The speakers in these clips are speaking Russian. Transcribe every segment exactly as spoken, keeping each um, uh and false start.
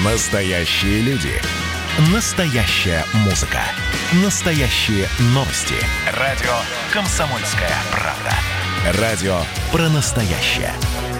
Настоящие люди. Настоящая музыка. Настоящие новости. Радио «Комсомольская правда». Радио про настоящее.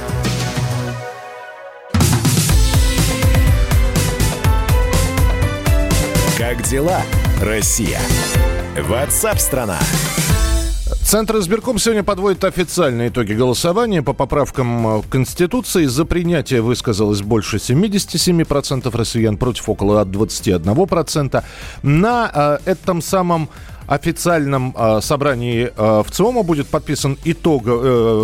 Как дела, Россия? Ватсап-страна! Центр избирком сегодня подводит официальные итоги голосования по поправкам в Конституции. За принятие высказалось больше семьдесят семь процентов россиян, против около двадцать один процент. На э, этом самом официальном э, собрании э, в ЦИОМа будет подписан итог э,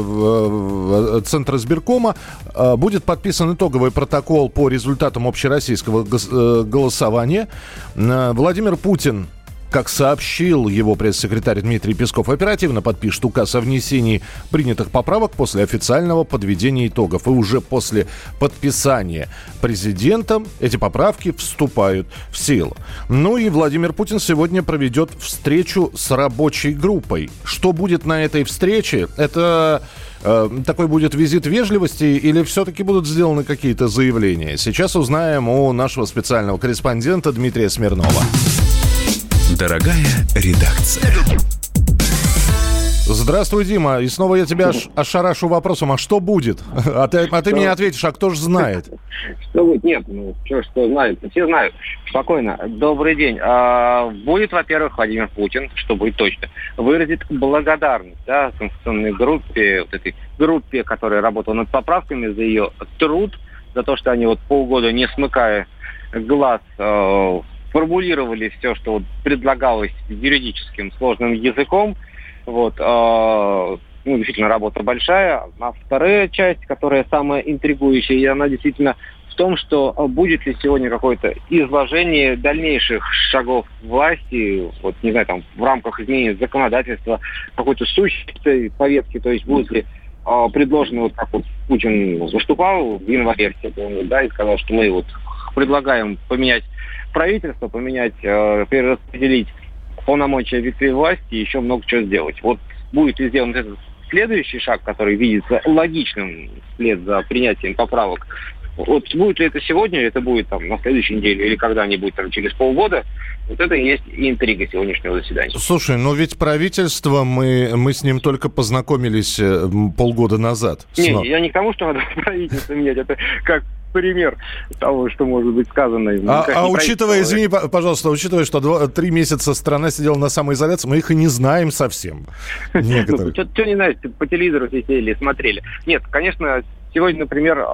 э, Центра избиркома, э, будет подписан итоговый протокол по результатам общероссийского гос- э, голосования. Э, Владимир Путин, как сообщил его пресс-секретарь Дмитрий Песков, оперативно подпишет указ о внесении принятых поправок после официального подведения итогов. И уже после подписания президентом эти поправки вступают в силу. Ну и Владимир Путин сегодня проведет встречу с рабочей группой. Что будет на этой встрече? Это э, такой будет визит вежливости или все-таки будут сделаны какие-то заявления? Сейчас узнаем у нашего специального корреспондента Дмитрия Смирнова. Дорогая редакция. Здравствуй, Дима. И снова я тебя аш- ошарашу вопросом, а что будет? А ты, а ты что? Мне ответишь, а кто же знает? Что будет? Нет, ну, что, что знают? Все знают. Спокойно. Добрый день. А, будет, во-первых, Владимир Путин, что будет точно, выразит благодарность, да, конституционной группе, вот этой группе, которая работала над поправками, за ее труд, за то, что они вот полгода, не смыкая глаз, э, формулировали все, что вот предлагалось юридическим сложным языком. Вот, э, ну, действительно, работа большая. А вторая часть, которая самая интригующая, и она действительно в том, что будет ли сегодня какое-то изложение дальнейших шагов власти, вот, не знаю, там, в рамках изменения законодательства, какой-то существенной повестки, то есть будут ли э, предложены, вот как вот Путин выступал в январе, да, и сказал, что мы вот предлагаем поменять правительство, поменять, э, перераспределить полномочия ветвей власти и еще много чего сделать. Вот будет ли сделан этот следующий шаг, который видится логичным вслед за принятием поправок. Вот будет ли это сегодня, или это будет там на следующей неделе, или когда-нибудь там через полгода, вот это и есть интрига сегодняшнего заседания. Слушай, ну ведь правительство, мы, мы с ним только познакомились полгода назад. Не, не, я не к тому, что надо правительство менять, это как пример того, что может быть сказано. А, а учитывая, извини, пожалуйста, учитывая, что два, три месяца страна сидела на самоизоляции, мы их и не знаем совсем. Некоторые. Ну, что не знаете, по телевизору сидели, смотрели. Нет, конечно, сегодня, например,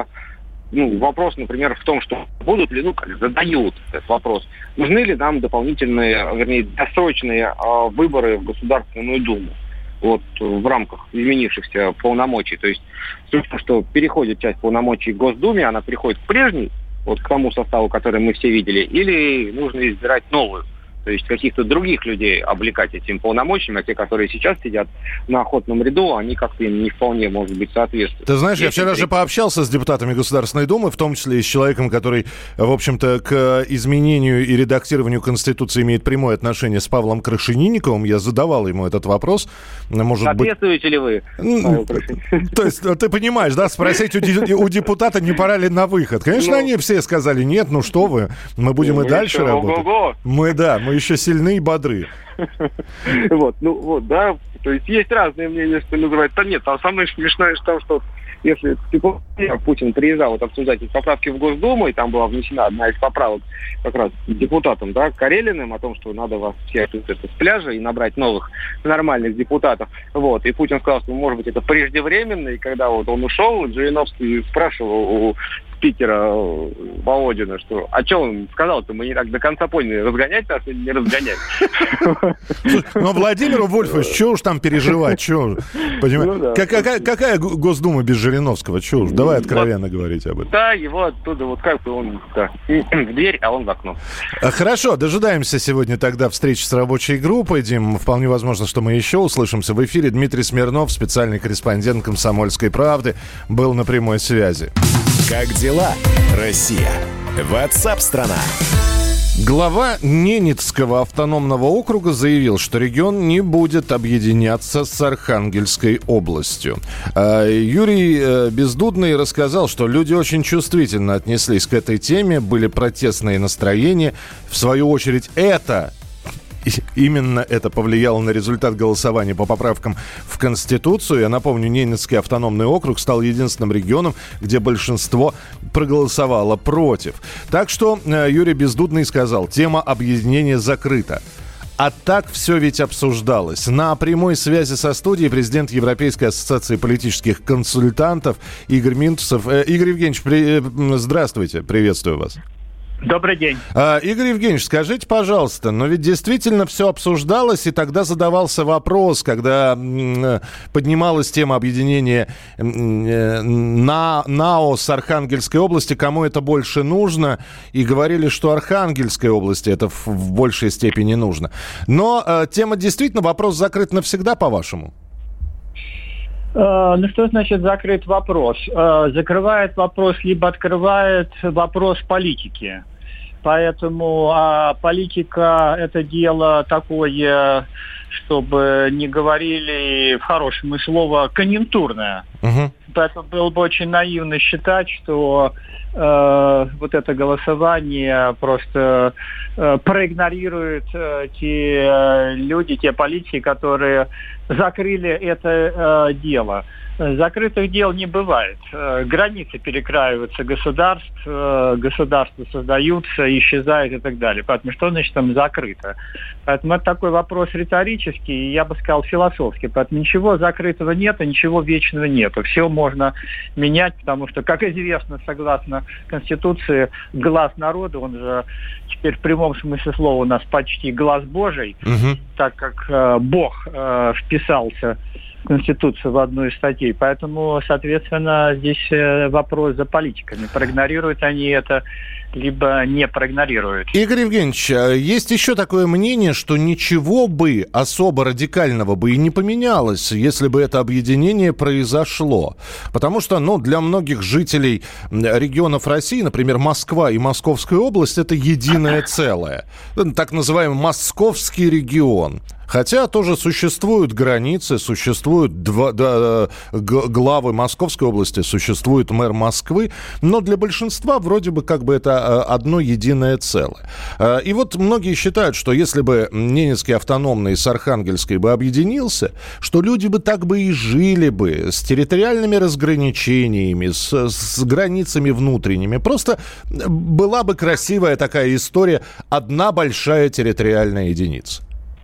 ну, вопрос, например, в том, что будут ли, ну, как задают этот вопрос, нужны ли нам дополнительные, вернее, досрочные выборы в Государственную Думу. Вот в рамках изменившихся полномочий. То есть, что переходит часть полномочий к Госдуме, она переходит к прежней, вот к тому составу, который мы все видели, или нужно избирать новую. То есть каких-то других людей облекать этим полномочиями, а те, которые сейчас сидят на охотном ряду, они как-то им не вполне, может быть, соответствуют. Ты знаешь, я вчера же пообщался с депутатами Государственной Думы, в том числе и с человеком, который, в общем-то, к изменению и редактированию Конституции имеет прямое отношение, с Павлом Крашенинниковым. Я задавал ему этот вопрос. Может Соответствуете быть... ли вы, Павел Крашенинников? То есть ты понимаешь, да, спросить у депутата, не пора ли на выход. Конечно, они все сказали, нет, ну что вы, мы будем и дальше работать. Мы, да, мы еще сильны и бодры. Вот, ну вот, да, то есть есть разные мнения, что называется. Там нет, там самое смешное, что, что если типа, Путин приезжал вот обсуждать эти поправки в Госдуму, и там была внесена одна из поправок как раз депутатом, да, Карелиным, о том, что надо вас всех это, с пляжа и набрать новых нормальных депутатов. Вот, и Путин сказал, что, может быть, это преждевременно, и когда вот он ушел, Жириновский спрашивал у спикера Володина, что, а что он сказал-то, мы не так до конца поняли, разгонять нас или не разгонять? Ну, Владимиру Вольфовичу, что уж там переживать, что понимаешь? Какая Госдума без Жириновского, что уж, давай откровенно говорить об этом. Да, его оттуда, вот как бы он в дверь, а он в окно. Хорошо, дожидаемся сегодня тогда встречи с рабочей группой, Дим, вполне возможно, что мы еще услышимся в эфире. Дмитрий Смирнов, специальный корреспондент «Комсомольской правды», был на прямой связи. Как дела, Россия? Ватсап-страна! Глава Ненецкого автономного округа заявил, что регион не будет объединяться с Архангельской областью. Юрий Бездудный рассказал, что люди очень чувствительно отнеслись к этой теме, были протестные настроения. В свою очередь, это... Именно это повлияло на результат голосования по поправкам в Конституцию. Я напомню, Ненецкий автономный округ стал единственным регионом, где большинство проголосовало против. Так что Юрий Бездудный сказал, тема объединения закрыта. А так все ведь обсуждалось. На прямой связи со студией президент Европейской ассоциации политических консультантов Игорь Минтусов. Игорь Евгеньевич, при... здравствуйте, приветствую вас. Добрый день. А, Игорь Евгеньевич, скажите, пожалуйста, но ведь действительно все обсуждалось, и тогда задавался вопрос, когда м, поднималась тема объединения м, на НАО с Архангельской области, кому это больше нужно, и говорили, что Архангельской области это в, в большей степени нужно. Но а, тема действительно, вопрос закрыт навсегда, по-вашему? Ну, что значит закрыт вопрос? Закрывает вопрос, либо открывает вопрос политики. Поэтому а политика – это дело такое, чтобы не говорили в хорошем слова, конъюнктурное. Uh-huh. Поэтому было бы очень наивно считать, что э, вот это голосование просто э, проигнорирует э, те э, люди, те политики, которые закрыли это э, дело. Закрытых дел не бывает. Границы перекраиваются государств, государства создаются, исчезают и так далее. Поэтому что значит там закрыто? Поэтому это такой вопрос риторический, я бы сказал, философский. Поэтому ничего закрытого нет, и ничего вечного нет. Все можно менять, потому что, как известно, согласно Конституции, глаз народа, он же теперь в прямом смысле слова у нас почти глаз Божий, угу. так как э, Бог э, вписался Конституцию в одну из статей. Поэтому, соответственно, здесь вопрос за политиками. Проигнорируют они это, либо не проигнорируют. Игорь Евгеньевич, есть еще такое мнение, что ничего бы особо радикального бы и не поменялось, если бы это объединение произошло. Потому что, ну, для многих жителей регионов России, например, Москва и Московская область, это единое целое. Так называемый Московский регион. Хотя тоже существуют границы, существуют два, да, главы Московской области, существует мэр Москвы, но для большинства вроде бы как бы это одно единое целое. И вот многие считают, что если бы Ненецкий автономный с Архангельской бы объединился, что люди бы так бы и жили бы с территориальными разграничениями, с, с границами внутренними. Просто была бы красивая такая история, одна большая территориальная единица.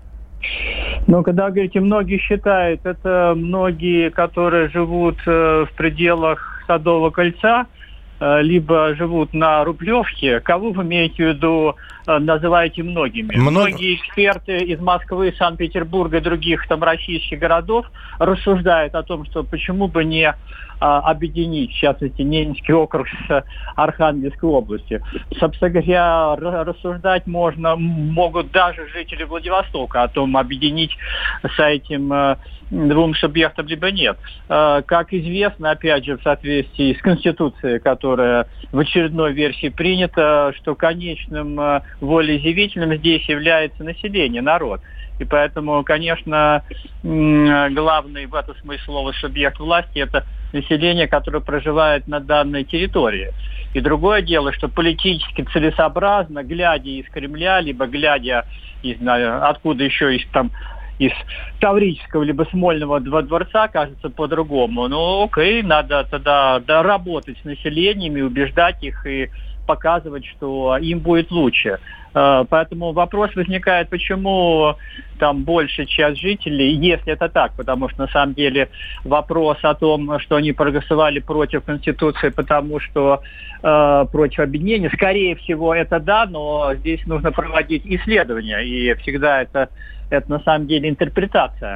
Но когда говорите, многие считают, это многие, которые живут э, в пределах Садового кольца, э, либо живут на Рублевке. Кого вы имеете в виду, э, называете многими? Много... Многие эксперты из Москвы, Санкт-Петербурга и других там российских городов рассуждают о том, что почему бы не объединить, в частности, Ненецкий округ с Архангельской областью. Собственно говоря, рассуждать можно, могут даже жители Владивостока о том, объединить с этим э, двум субъектам, либо нет. Э, как известно, опять же, в соответствии с Конституцией, которая в очередной версии принята, что конечным э, волеизъявителем здесь является население, народ. И поэтому, конечно, главный в этом смысле слова субъект власти – это население, которое проживает на данной территории. И другое дело, что политически целесообразно, глядя из Кремля, либо глядя, не знаю, откуда еще из там из Таврического либо Смольного дворца, кажется по-другому. Ну, окей, надо тогда доработать с населением и убеждать их, и показывать, что им будет лучше. Поэтому вопрос возникает, почему там большая часть жителей, если это так, потому что на самом деле вопрос о том, что они проголосовали против Конституции, потому что э, против объединения, скорее всего, это да, но здесь нужно проводить исследования, и всегда это, это на самом деле интерпретация,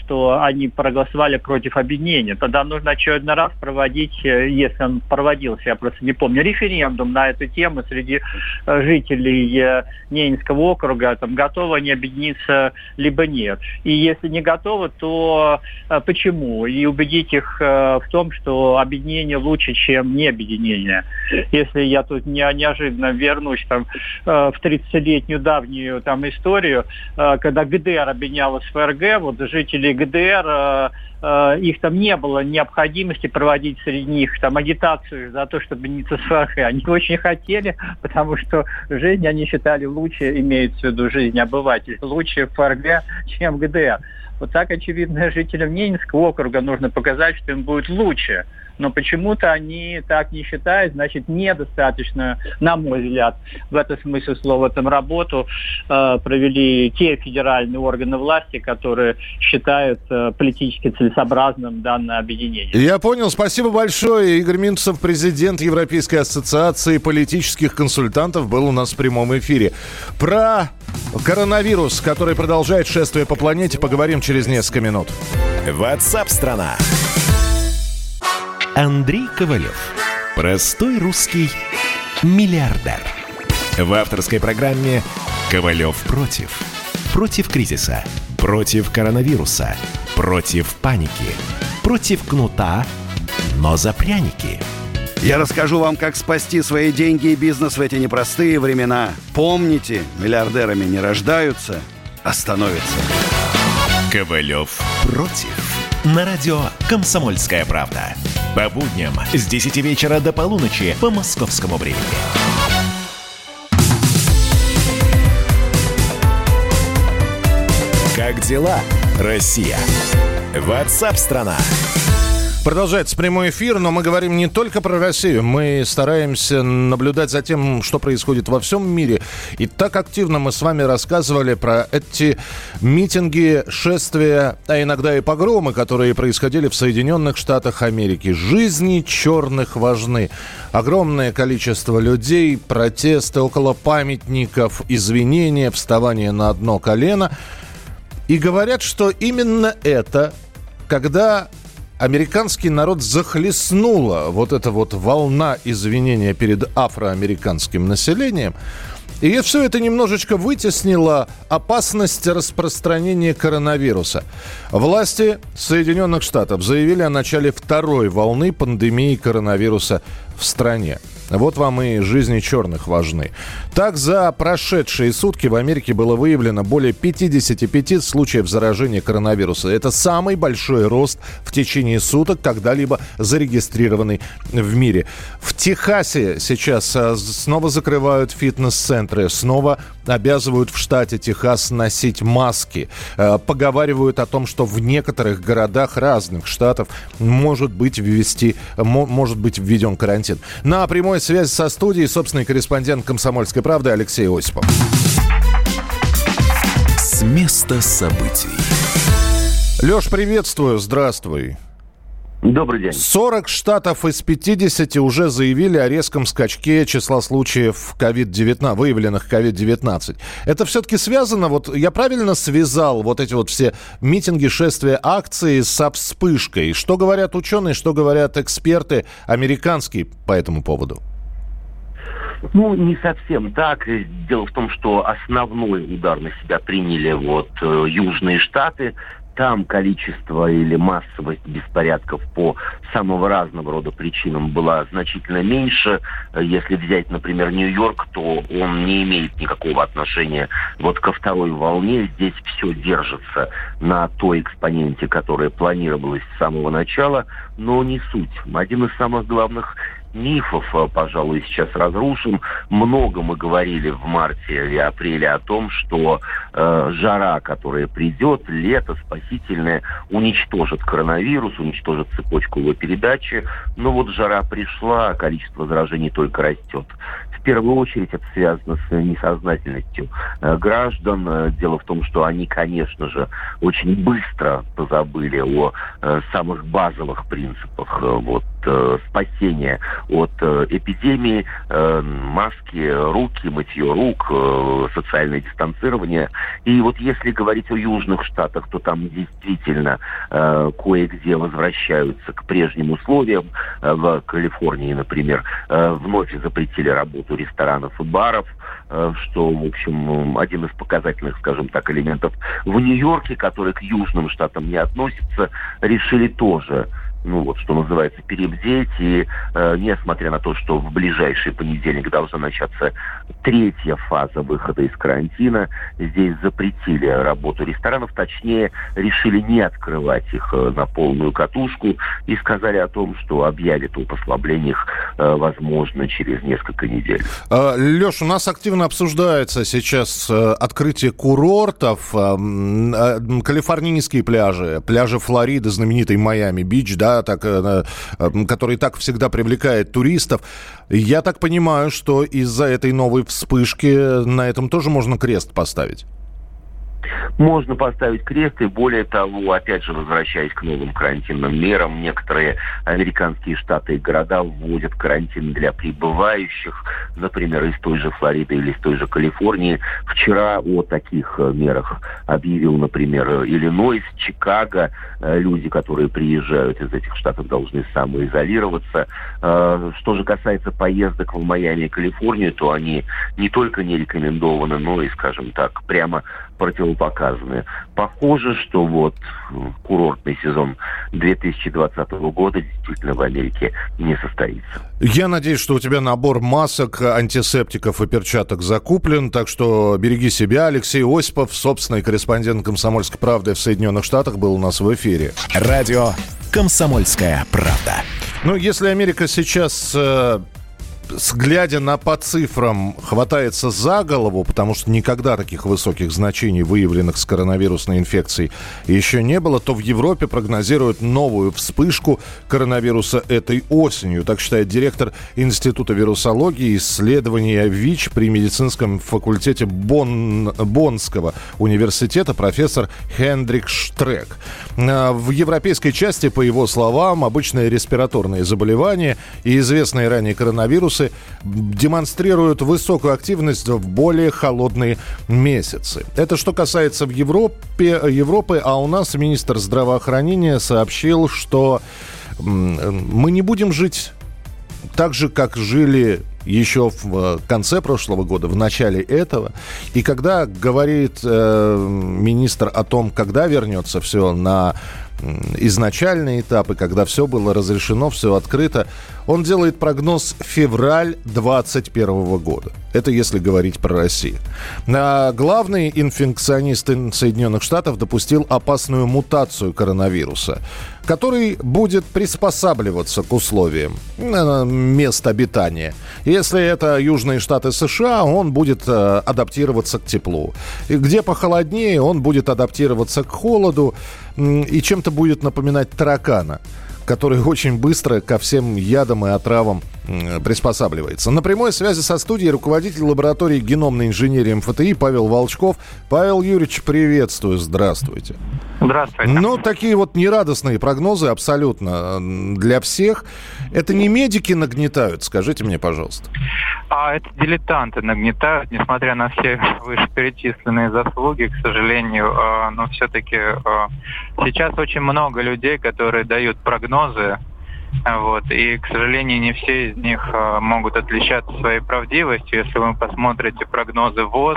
что они проголосовали против объединения. Тогда нужно очередной раз проводить, если он проводился, я просто не помню, референдум на эту тему среди жителей Ненецкого округа, там, готовы они объединиться, либо нет. И если не готовы, то почему? И убедить их в том, что объединение лучше, чем не объединение. Если я тут не, неожиданно вернусь там, в тридцатилетнюю давнюю там, историю, когда ГДР объединялась в ФРГ, вот жители ГДР, их там не было необходимости проводить среди них там агитацию за то, чтобы объединиться с ФРГ. Они очень хотели, потому что жизнь, они считали, лучше, имеется в виду жизнь обывателей, лучше в ФРГ, чем в ГДР. Вот так, очевидно, жителям Ненецкого округа нужно показать, что им будет лучше. Но почему-то они так не считают, значит, недостаточно, на мой взгляд, в этом смысле слова, там работу э, провели те федеральные органы власти, которые считают э, политически целесообразным данное объединение. Я понял. Спасибо большое. Игорь Минцев, президент Европейской ассоциации политических консультантов, был у нас в прямом эфире. Про коронавирус, который продолжает шествие по планете, поговорим через несколько минут. WhatsApp-страна. Андрей Ковалев. Простой русский миллиардер. В авторской программе Ковалев против. Против кризиса. Против коронавируса. Против паники. Против кнута, но за пряники. Я расскажу вам, как спасти свои деньги и бизнес в эти непростые времена. Помните, миллиардерами не рождаются, а становятся. Ковалев против. На радио «Комсомольская правда». По будням с десяти вечера до полуночи по московскому времени. Как дела, Россия? WhatsApp-страна. Продолжается прямой эфир, но мы говорим не только про Россию. Мы стараемся наблюдать за тем, что происходит во всем мире. И так активно мы с вами рассказывали про эти митинги, шествия, а иногда и погромы, которые происходили в Соединенных Штатах Америки. Жизни черных важны. Огромное количество людей, протесты около памятников, извинения, вставание на одно колено. И говорят, что именно это, когда американский народ захлестнула вот эта вот волна извинения перед афроамериканским населением. И все это немножечко вытеснило опасность распространения коронавируса. Власти Соединенных Штатов заявили о начале второй волны пандемии коронавируса в стране. Вот вам и жизни черных важны. Так, за прошедшие сутки в Америке было выявлено более пятьдесят пять случаев заражения коронавируса. Это самый большой рост в течение суток, когда-либо зарегистрированный в мире. В Техасе сейчас снова закрывают фитнес-центры, снова обязывают в штате Техас носить маски. Поговаривают о том, что в некоторых городах разных штатов может быть, ввести, может быть введен карантин. На прямой связи со студией собственный корреспондент «Комсомольской правды» Алексей Осипов. С места событий. Леш, приветствую, здравствуй. Добрый день. сорок штатов из пятидесяти уже заявили о резком скачке числа случаев ковид девятнадцать, выявленных ковид девятнадцать. Это все-таки связано, вот я правильно связал вот эти вот все митинги, шествия, акции со вспышкой? Что говорят ученые, что говорят эксперты американские по этому поводу? Ну, не совсем так. Дело в том, что основной удар на себя приняли вот э, южные штаты. Там количество или массовость беспорядков по самого разного рода причинам была значительно меньше. Если взять, например, Нью-Йорк, то он не имеет никакого отношения вот ко второй волне. Здесь все держится на той экспоненте, которая планировалась с самого начала, но не суть. Один из самых главных мифов, пожалуй, сейчас разрушим. Много мы говорили в марте и апреле о том, что э, жара, которая придет, лето спасительное, уничтожит коронавирус, уничтожит цепочку его передачи. Но вот жара пришла, а количество заражений только растет. В первую очередь это связано с несознательностью э, граждан. Дело в том, что они, конечно же, очень быстро позабыли о э, самых базовых принципах э, вот, э, спасения от э, эпидемии, э, маски, руки, мытье рук, э, социальное дистанцирование. И вот если говорить о южных штатах, то там действительно э, кое-где возвращаются к прежним условиям. Э, в Калифорнии, например, э, вновь запретили работу ресторанов и баров, э, что, в общем, один из показательных, скажем так, элементов. В Нью-Йорке, который к южным штатам не относится, решили тоже, ну вот, что называется, перебдеть. И э, несмотря на то, что в ближайший понедельник должна начаться третья фаза выхода из карантина, здесь запретили работу ресторанов, точнее, решили не открывать их э, на полную катушку и сказали о том, что объявят о послаблениях, э, возможно, через несколько недель. Леш, у нас активно обсуждается сейчас открытие курортов, калифорнийские пляжи, пляжи Флориды, знаменитый Майами-Бич, да, так, который так всегда привлекает туристов. Я так понимаю, что из-за этой новой вспышки на этом тоже можно крест поставить? Можно поставить крест, и более того, опять же, возвращаясь к новым карантинным мерам, некоторые американские штаты и города вводят карантин для прибывающих, например, из той же Флориды или из той же Калифорнии. Вчера о таких мерах объявил, например, Иллинойс, Чикаго. Люди, которые приезжают из этих штатов, должны самоизолироваться. Что же касается поездок в Майами и Калифорнию, то они не только не рекомендованы, но и, скажем так, прямо противопоказаны. Похоже, что вот курортный сезон две тысячи двадцатого года действительно в Америке не состоится. Я надеюсь, что у тебя набор масок, антисептиков и перчаток закуплен, так что береги себя. Алексей Осипов, собственный корреспондент «Комсомольской правды» в Соединенных Штатах, был у нас в эфире. Радио «Комсомольская правда». Ну, если Америка сейчас... Э- глядя на по цифрам, хватается за голову, потому что никогда таких высоких значений, выявленных с коронавирусной инфекцией, еще не было, то в Европе прогнозируют новую вспышку коронавируса этой осенью. Так считает директор Института вирусологии и исследования ВИЧ при медицинском факультете Бонн, Боннского университета профессор Хендрик Штрек. В европейской части, по его словам, обычные респираторные заболевания и известные ранее коронавирусы демонстрируют высокую активность в более холодные месяцы. Это что касается в Европе, Европы, а у нас министр здравоохранения сообщил, что мы не будем жить так же, как жили еще в конце прошлого года, в начале этого. И когда говорит э, министр о том, когда вернется все на изначальные этапы, когда все было разрешено, все открыто, он делает прогноз февраль двадцать первого года. Это если говорить про Россию. А главный инфекционист Соединенных Штатов допустил опасную мутацию коронавируса, который будет приспосабливаться к условиям мест обитания. Если это Южные Штаты США, он будет адаптироваться к теплу. И где похолоднее, он будет адаптироваться к холоду и чем-то будет напоминать таракана, который очень быстро ко всем ядам и отравам приспосабливается. На прямой связи со студией руководитель лаборатории геномной инженерии эм эф тэ и Павел Волчков. Павел Юрьевич, приветствую, здравствуйте. Здравствуйте. Ну, такие вот нерадостные прогнозы абсолютно для всех. Это не медики нагнетают, скажите мне, пожалуйста. А это дилетанты нагнетают, несмотря на все вышеперечисленные заслуги, к сожалению. Но все-таки сейчас очень много людей, которые дают прогнозы. Вот. И, к сожалению, не все из них а, могут отличаться своей правдивостью. Если вы посмотрите прогнозы ВОЗ,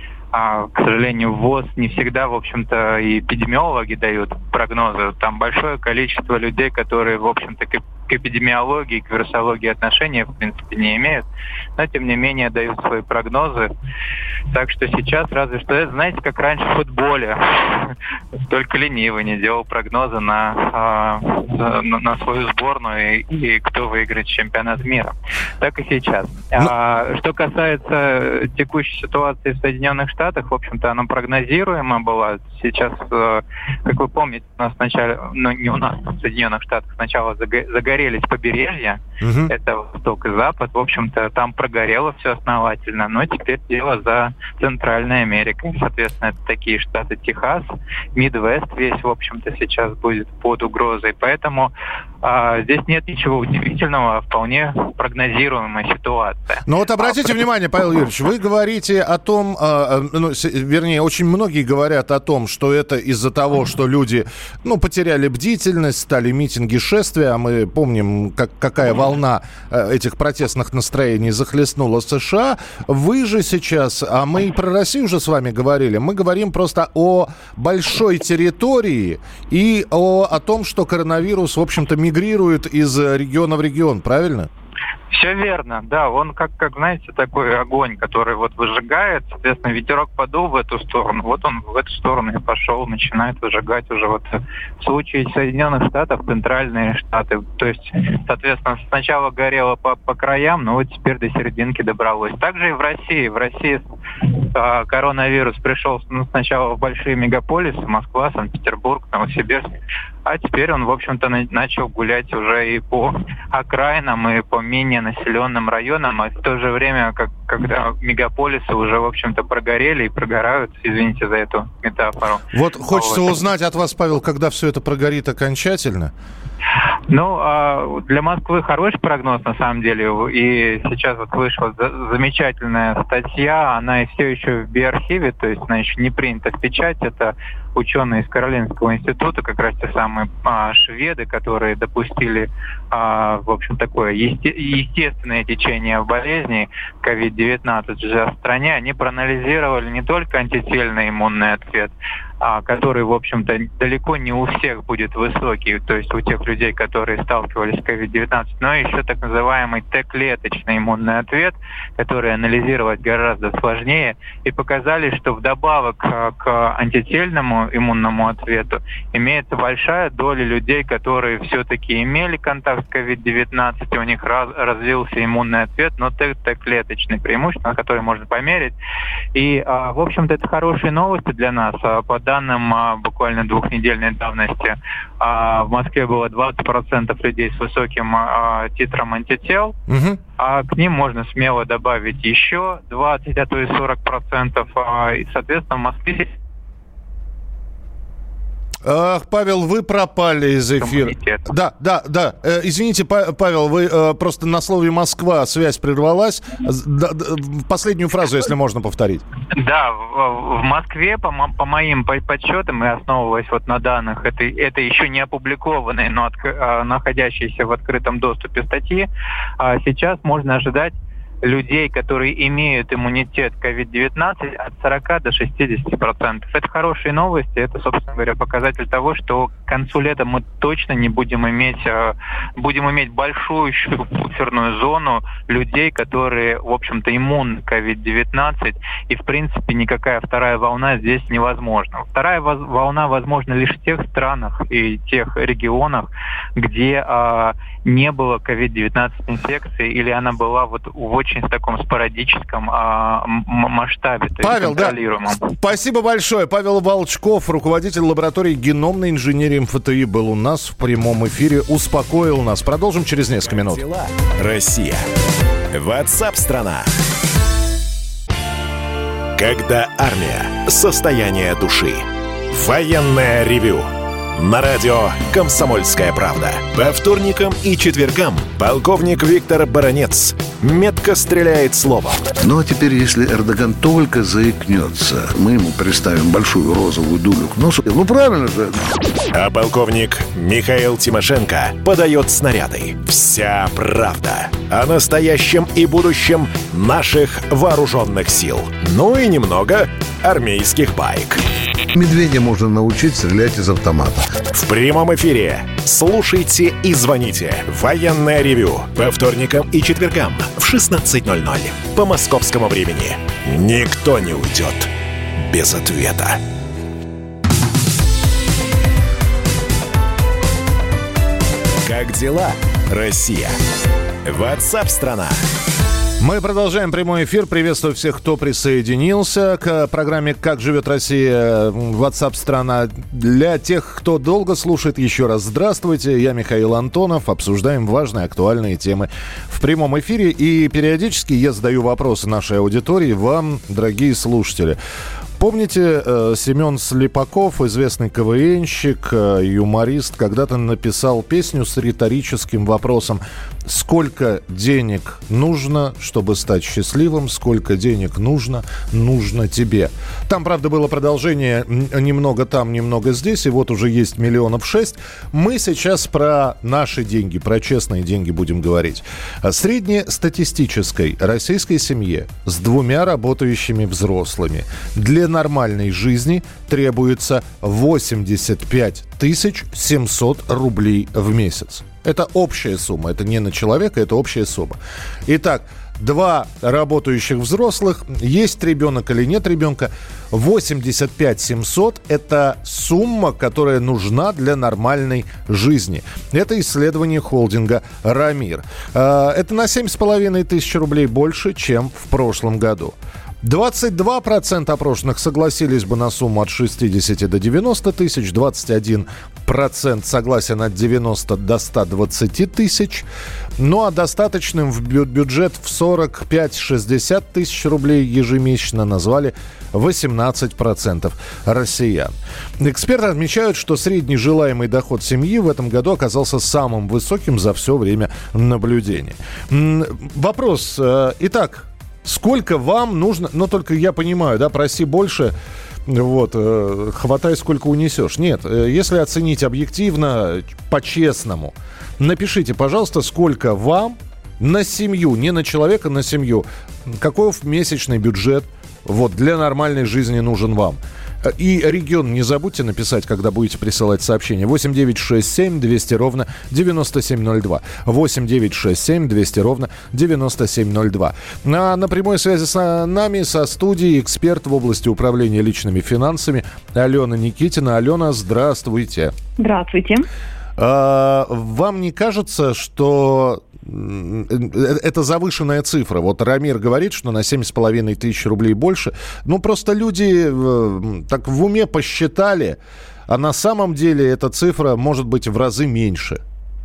а, к сожалению, ВОЗ не всегда, в общем-то, и эпидемиологи дают прогнозы. Там большое количество людей, которые, в общем-то, к, к эпидемиологии, к вирусологии отношения, в принципе, не имеют, но, тем не менее, дают свои прогнозы. Так что сейчас разве что, это, знаете, как раньше в футболе. Только ленивый не делал прогнозы на, на, на свою сборную и, и кто выиграет чемпионат мира. Так и сейчас. А, что касается текущей ситуации в Соединенных Штатах, в общем-то, она прогнозируема была. Сейчас, как вы помните, у нас сначала, ну не у нас, в Соединенных Штатах сначала загорелись побережья, uh-huh. это восток и запад. В общем-то, там прогорело все основательно, но теперь дело за это Центральная Америка. И, соответственно, это такие штаты Техас, Мидвест весь, в общем-то, сейчас будет под угрозой. Поэтому а, здесь нет ничего удивительного, вполне прогнозируемая ситуация. Но вот обратите а, внимание, Павел Юрьевич, вы говорите о том, а, ну, с, вернее, очень многие говорят о том, что это из-за того, что люди, ну, потеряли бдительность, стали митинги, шествия, а мы помним, как, какая волна этих протестных настроений захлестнула США. Вы же сейчас, а мы и про Россию уже с вами говорили, мы говорим просто о большой территории и о, о том, что коронавирус, в общем-то, мигрирует из региона в регион, правильно? Все верно, да, он как, как, знаете, такой огонь, который вот выжигает, соответственно, ветерок подул в эту сторону, вот он в эту сторону и пошел, начинает выжигать уже вот в случае Соединенных Штатов, центральные штаты, то есть, соответственно, сначала горело по, по краям, но вот теперь до серединки добралось. Также и в России, в России э, коронавирус пришел ну, сначала в большие мегаполисы, Москва, Санкт-Петербург, Новосибирск, а теперь он, в общем-то, на, начал гулять уже и по окраинам, и по менее населенным районам, а в то же время, как, когда мегаполисы уже, в общем-то, прогорели и прогорают, извините за эту метафору. Вот хочется вот. узнать от вас, Павел, когда все это прогорит окончательно? Ну, для Москвы хороший прогноз, на самом деле, и сейчас вот вышла замечательная статья, она и все еще в биархиве, то есть она еще не принята в печать, это ученые из Каролинского института, как раз те самые а, шведы, которые допустили, а, в общем, такое есте- естественное течение болезни ковид девятнадцать в стране, они проанализировали не только антительный иммунный ответ, а, который, в общем-то, далеко не у всех будет высокий, то есть у тех людей, которые сталкивались с ковид девятнадцать, но еще так называемый Т-клеточный иммунный ответ, который анализировать гораздо сложнее, и показали, что вдобавок к антительному иммунному ответу имеется большая доля людей, которые все-таки имели контакт с ковид девятнадцать, и у них раз, развился иммунный ответ, но Т-клеточный преимущество, на который можно померить. И, в общем-то, это хорошие новости для нас. По данным буквально двухнедельной давности, в Москве было двадцать процентов людей с высоким титром антител, угу. а к ним можно смело добавить еще двадцать, а то и сорок процентов. И, соответственно, в Москве... Ах, Павел, вы пропали из эфира. Да, да, да. Э, извините, Павел, вы э, просто на слове «Москва» связь прервалась. Да, да, последнюю фразу, если можно, повторить. Да, в, в Москве, по, по моим подсчетам, и основываясь вот на данных, это, это еще не опубликованные, но от, находящиеся в открытом доступе статьи, сейчас можно ожидать людей, которые имеют иммунитет ковид девятнадцать, от сорока до шестидесяти процентов. Это хорошие новости, это, собственно говоря, показатель того, что к концу лета мы точно не будем иметь, будем иметь большую буферную зону людей, которые, в общем-то, иммунны к ковид девятнадцать, и, в принципе, никакая вторая волна здесь невозможна. Вторая волна возможна лишь в тех странах и тех регионах, где а, не было ковид девятнадцать инфекции, или она была вот в очень в таком спорадическом а, м- масштабе. Павел, да. Спасибо большое. Павел Волчков, руководитель лаборатории геномной инженерии эм эф тэ и, был у нас в прямом эфире, успокоил нас. Продолжим через несколько минут. Россия. WhatsApp-страна. Когда армия. Состояние души. Военное ревю. На радио «Комсомольская правда». По вторникам и четвергам полковник Виктор Баранец метко стреляет словом. Ну а теперь, если Эрдоган только заикнется, мы ему приставим большую розовую дулю к носу. Ну правильно же. А полковник Михаил Тимошенко подает снаряды. Вся правда о настоящем и будущем наших вооруженных сил. Ну и немного армейских баек. Медведя можно научить стрелять из автомата. В прямом эфире. Слушайте и звоните. Военное ревю. По вторникам и четвергам в шестнадцать ноль ноль. По московскому времени. Никто не уйдет без ответа. Как дела, Россия? WhatsApp-страна. Мы продолжаем прямой эфир. Приветствую всех, кто присоединился к программе «Как живет Россия», WhatsApp-страна. Для тех, кто долго слушает, еще раз здравствуйте. Я Михаил Антонов. Обсуждаем важные, актуальные темы в прямом эфире. И периодически я задаю вопросы нашей аудитории вам, дорогие слушатели. Помните, э, Семен Слепаков, известный КВНщик, э, юморист, когда-то написал песню с риторическим вопросом: сколько денег нужно, чтобы стать счастливым, сколько денег нужно, нужно тебе. Там, правда, было продолжение немного там, немного здесь, и вот уже есть миллионов шесть. Мы сейчас про наши деньги, про честные деньги будем говорить. Среднестатистической российской семье с двумя работающими взрослыми для нормальной жизни требуется восемьдесят пять тысяч семьсот рублей в месяц. Это общая сумма, это не на человека, это общая сумма. Итак, два работающих взрослых, есть ребенок или нет ребенка, восемьдесят пять семьсот – это сумма, которая нужна для нормальной жизни. Это исследование холдинга «Рамир». Это на семь с половиной тысяч рублей больше, чем в прошлом году. двадцать два процента опрошенных согласились бы на сумму от шестидесяти до девяноста тысяч, двадцать один процент согласен от девяноста до ста двадцати тысяч. Ну а достаточным в бю- бюджет в сорок пять - шестьдесят тысяч рублей ежемесячно назвали восемнадцать процентов россиян. Эксперты отмечают, что средний желаемый доход семьи в этом году оказался самым высоким за все время наблюдения. Вопрос. Итак, сколько вам нужно, но только я понимаю, да, проси больше, вот, э, хватай, сколько унесешь. Нет, э, если оценить объективно, по-честному, напишите, пожалуйста, сколько вам на семью, не на человека, на семью, каков месячный бюджет вот, для нормальной жизни нужен вам. И регион не забудьте написать, когда будете присылать сообщение. восемь девятьсот шестьдесят семь двести ровно девяносто семь ноль два. восемь девятьсот шестьдесят семь двести ровно девяносто семь ноль два. А на прямой связи с нами, со студией, эксперт в области управления личными финансами Алена Никитина. Алена, здравствуйте. Здравствуйте. А, вам не кажется, что это завышенная цифра? Вот Рамир говорит, что на семь с половиной тысяч рублей больше. Ну, просто люди так в уме посчитали, а на самом деле эта цифра может быть в разы меньше.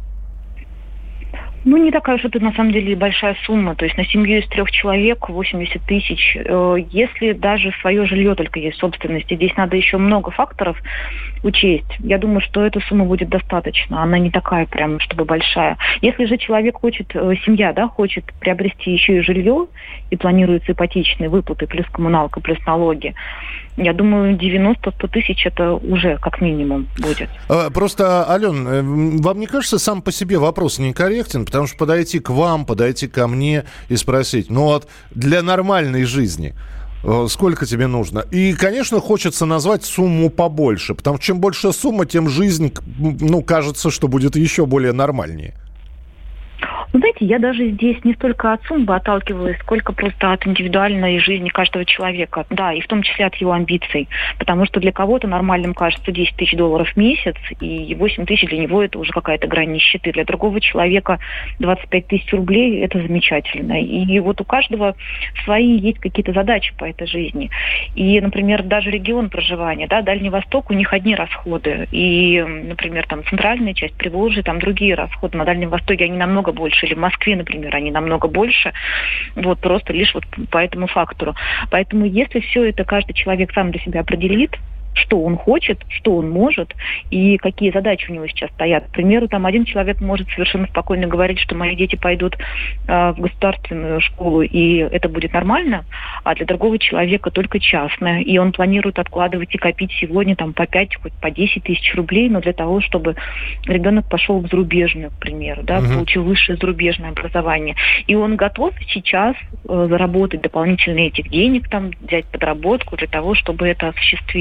Ну, не такая уж это, на самом деле, большая сумма. То есть на семью из трех человек восемьдесят тысяч. Если даже свое жилье только есть собственности, здесь надо еще много факторов учесть. Я думаю, что эта сумма будет достаточно. Она не такая прям, чтобы большая. Если же человек хочет, семья, да, хочет приобрести еще и жилье, и планируются ипотечные выплаты, плюс коммуналка, плюс налоги, я думаю, девяносто-сто тысяч это уже как минимум будет. Просто, Ален, вам не кажется, сам по себе вопрос некорректен? Потому что подойти к вам, подойти ко мне и спросить, ну вот для нормальной жизни сколько тебе нужно? И, конечно, хочется назвать сумму побольше, потому что чем больше сумма, тем жизнь, ну, кажется, что будет еще более нормальнее. Вы знаете, я даже здесь не столько от суммы отталкивалась, сколько просто от индивидуальной жизни каждого человека. Да, и в том числе от его амбиций. Потому что для кого-то нормальным кажется десять тысяч долларов в месяц, и восемь тысяч для него это уже какая-то грань нищеты. Для другого человека двадцать пять тысяч рублей это замечательно. И вот у каждого свои есть какие-то задачи по этой жизни. И, например, даже регион проживания, да, Дальний Восток, у них одни расходы. И, например, там центральная часть, Приволжье, там другие расходы. На Дальнем Востоке они намного больше. Или в Москве, например, они намного больше, вот просто лишь вот по этому фактору. Поэтому если все это каждый человек сам для себя определит, что он хочет, что он может и какие задачи у него сейчас стоят. К примеру, там один человек может совершенно спокойно говорить, что мои дети пойдут э, в государственную школу, и это будет нормально, а для другого человека только частное. И он планирует откладывать и копить сегодня там по пять, хоть по десять тысяч рублей, но для того, чтобы ребенок пошел в зарубежную, к примеру, да, uh-huh. получил высшее зарубежное образование. И он готов сейчас э, заработать дополнительно этих денег, там, взять подработку для того, чтобы это осуществить.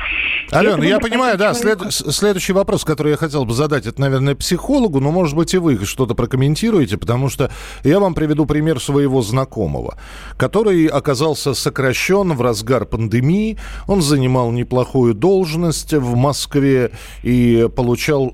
Алена, я понимаю, да, след, следующий вопрос, который я хотел бы задать, это, наверное, психологу, но, может быть, и вы что-то прокомментируете, потому что я вам приведу пример своего знакомого, который оказался сокращен в разгар пандемии. Он занимал неплохую должность в Москве и получал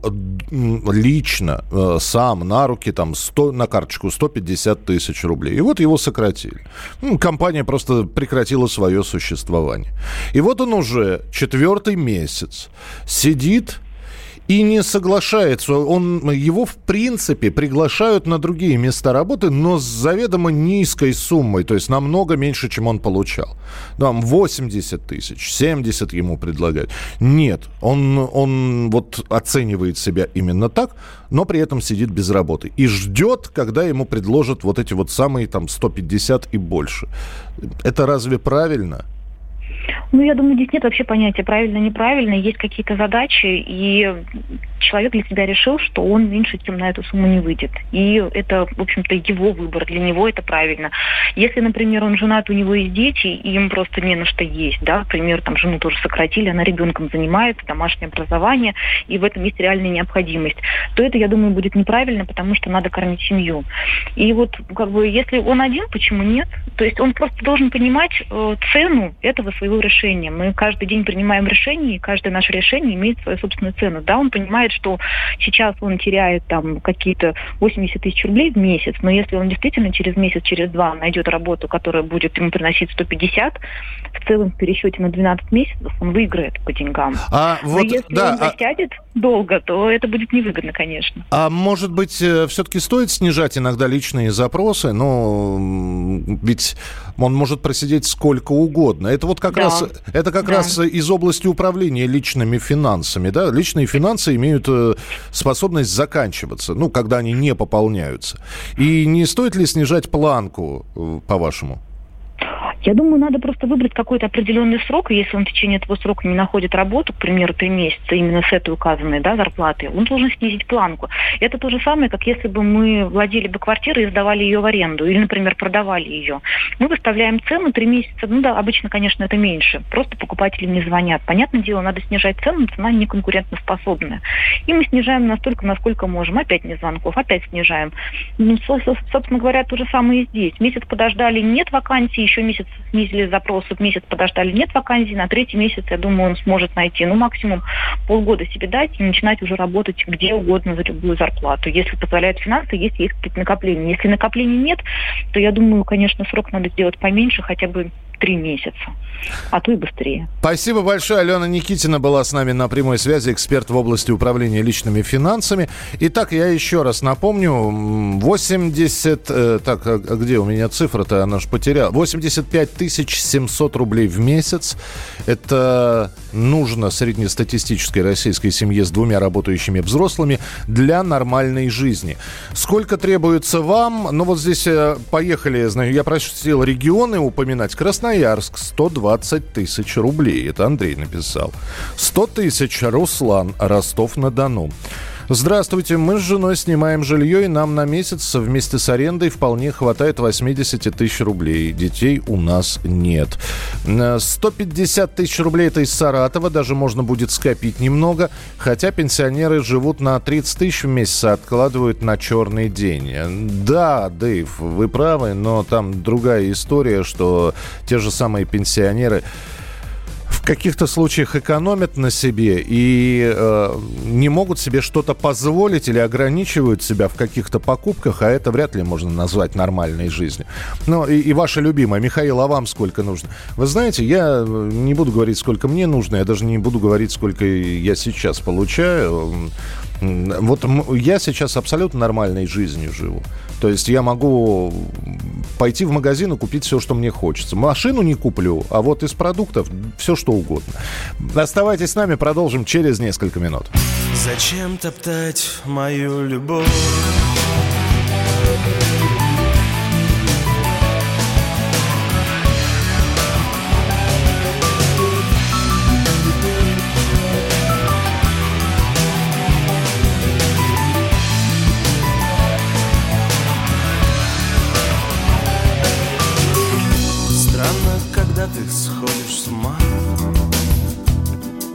лично, сам, на руки, там, сто, на карточку сто пятьдесят тысяч рублей. И вот его сократили. Компания просто прекратила свое существование. И вот он уже четвертый месяц сидит и не соглашается. Он, его, в принципе, приглашают на другие места работы, но с заведомо низкой суммой, то есть намного меньше, чем он получал. Там восемьдесят тысяч, семьдесят ему предлагают. Нет, он, он вот оценивает себя именно так, но при этом сидит без работы. И ждет, когда ему предложат вот эти вот самые там сто пятьдесят и больше. Это разве правильно? Ну, я думаю, здесь нет вообще понятия правильно-неправильно. Есть какие-то задачи, и человек для себя решил, что он меньше, чем на эту сумму не выйдет. И это, в общем-то, его выбор. Для него это правильно. Если, например, он женат, у него есть дети, и им просто не на что есть, да, например, там жену тоже сократили, она ребенком занимается, домашнее образование, и в этом есть реальная необходимость, то это, я думаю, будет неправильно, потому что надо кормить семью. И вот, как бы, если он один, почему нет? То есть он просто должен понимать э, цену этого своего решения. Мы каждый день принимаем решения, и каждое наше решение имеет свою собственную цену. Да, он понимает, что сейчас он теряет там какие-то восемьдесят тысяч рублей в месяц, но если он действительно через месяц, через два найдет работу, которая будет ему приносить сто пятьдесят, в целом в пересчете на двенадцать месяцев он выиграет по деньгам. А но вот, если да, он засядет а... долго, то это будет невыгодно, конечно. А может быть, все-таки стоит снижать иногда личные запросы? Ну, ведь он может просидеть сколько угодно. Это вот как да. раз, это как да. раз из области управления личными финансами. Да? Личные финансы имеют способность заканчиваться, ну, когда они не пополняются. И не стоит ли снижать планку, по-вашему? Я думаю, надо просто выбрать какой-то определенный срок, и если он в течение этого срока не находит работу, к примеру, три месяца, именно с этой указанной, да, зарплаты, он должен снизить планку. Это то же самое, как если бы мы владели бы квартирой и сдавали ее в аренду, или, например, продавали ее. Мы выставляем цену три месяца, ну да, обычно, конечно, это меньше, просто покупатели не звонят. Понятное дело, надо снижать цену, цена не конкурентоспособная. И мы снижаем настолько, насколько можем. Опять не звонков, опять снижаем. Ну, собственно говоря, то же самое и здесь. Месяц подождали, нет вакансий, еще месяц снизили запросы, месяц подождали, нет вакансий, на третий месяц, я думаю, он сможет найти, ну, максимум полгода себе дать и начинать уже работать где угодно за любую зарплату. Если позволяют финансы, если есть какие-то накопления. Если накоплений нет, то, я думаю, конечно, срок надо сделать поменьше, хотя бы три месяца, а то и быстрее. Спасибо большое. Алена Никитина была с нами на прямой связи, эксперт в области управления личными финансами. Итак, я еще раз напомню, восемьдесят... Э, так, а где у меня цифра-то? Она же потеряла. восемьдесят пять тысяч семьсот рублей в месяц. Это нужно среднестатистической российской семье с двумя работающими взрослыми для нормальной жизни. Сколько требуется вам? Ну, вот здесь э, поехали, знаю, я просил регионы упоминать. Красноярск, сто двадцать тысяч рублей. Это Андрей написал. сто тысяч, Руслан, Ростов-на-Дону. Здравствуйте, мы с женой снимаем жилье, и нам на месяц вместе с арендой вполне хватает восемьдесят тысяч рублей. Детей у нас нет. сто пятьдесят тысяч рублей это из Саратова, даже можно будет скопить немного, хотя пенсионеры живут на тридцать тысяч в месяц, а откладывают на черный день. Да, Дэйв, вы правы, но там другая история, что те же самые пенсионеры в каких-то случаях экономят на себе и э, не могут себе что-то позволить или ограничивают себя в каких-то покупках, а это вряд ли можно назвать нормальной жизнью. Ну и, и ваша любимая, Михаил, а вам сколько нужно? Вы знаете, я не буду говорить, сколько мне нужно, я даже не буду говорить, сколько я сейчас получаю. Вот я сейчас абсолютно нормальной жизнью живу. То есть я могу пойти в магазин и купить все, что мне хочется. Машину не куплю, а вот из продуктов все, что угодно. Оставайтесь с нами, продолжим через несколько минут. Зачем топтать мою любовь? Ты сходишь с ума,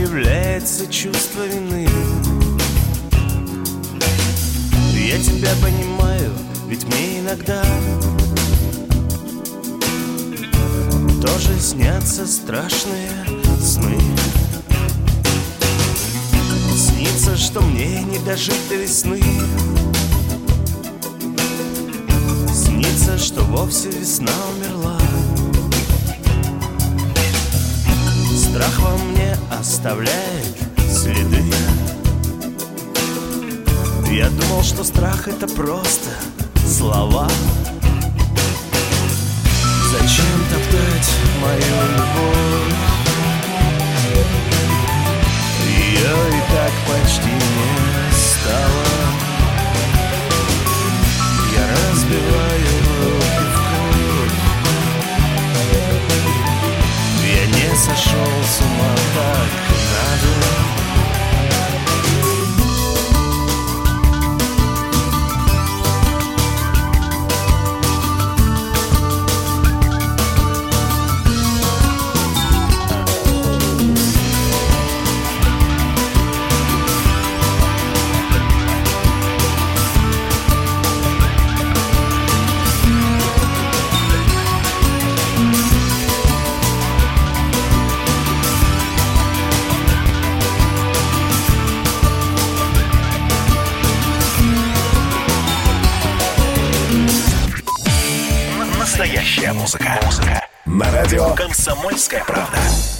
появляется чувство вины. Я тебя понимаю, ведь мне иногда тоже снятся страшные сны. Снится, что мне не дожить до весны. Снится, что вовсе весна умерла. Страх во мне оставляет следы. Я думал, что страх — это просто слова. Зачем топтать мою любовь? Ее и так почти не стало. Я разбиваю руки в кровь. Я не сошел с ума, так надо. Настоящая музыка. Музыка. На радио «Комсомольская правда».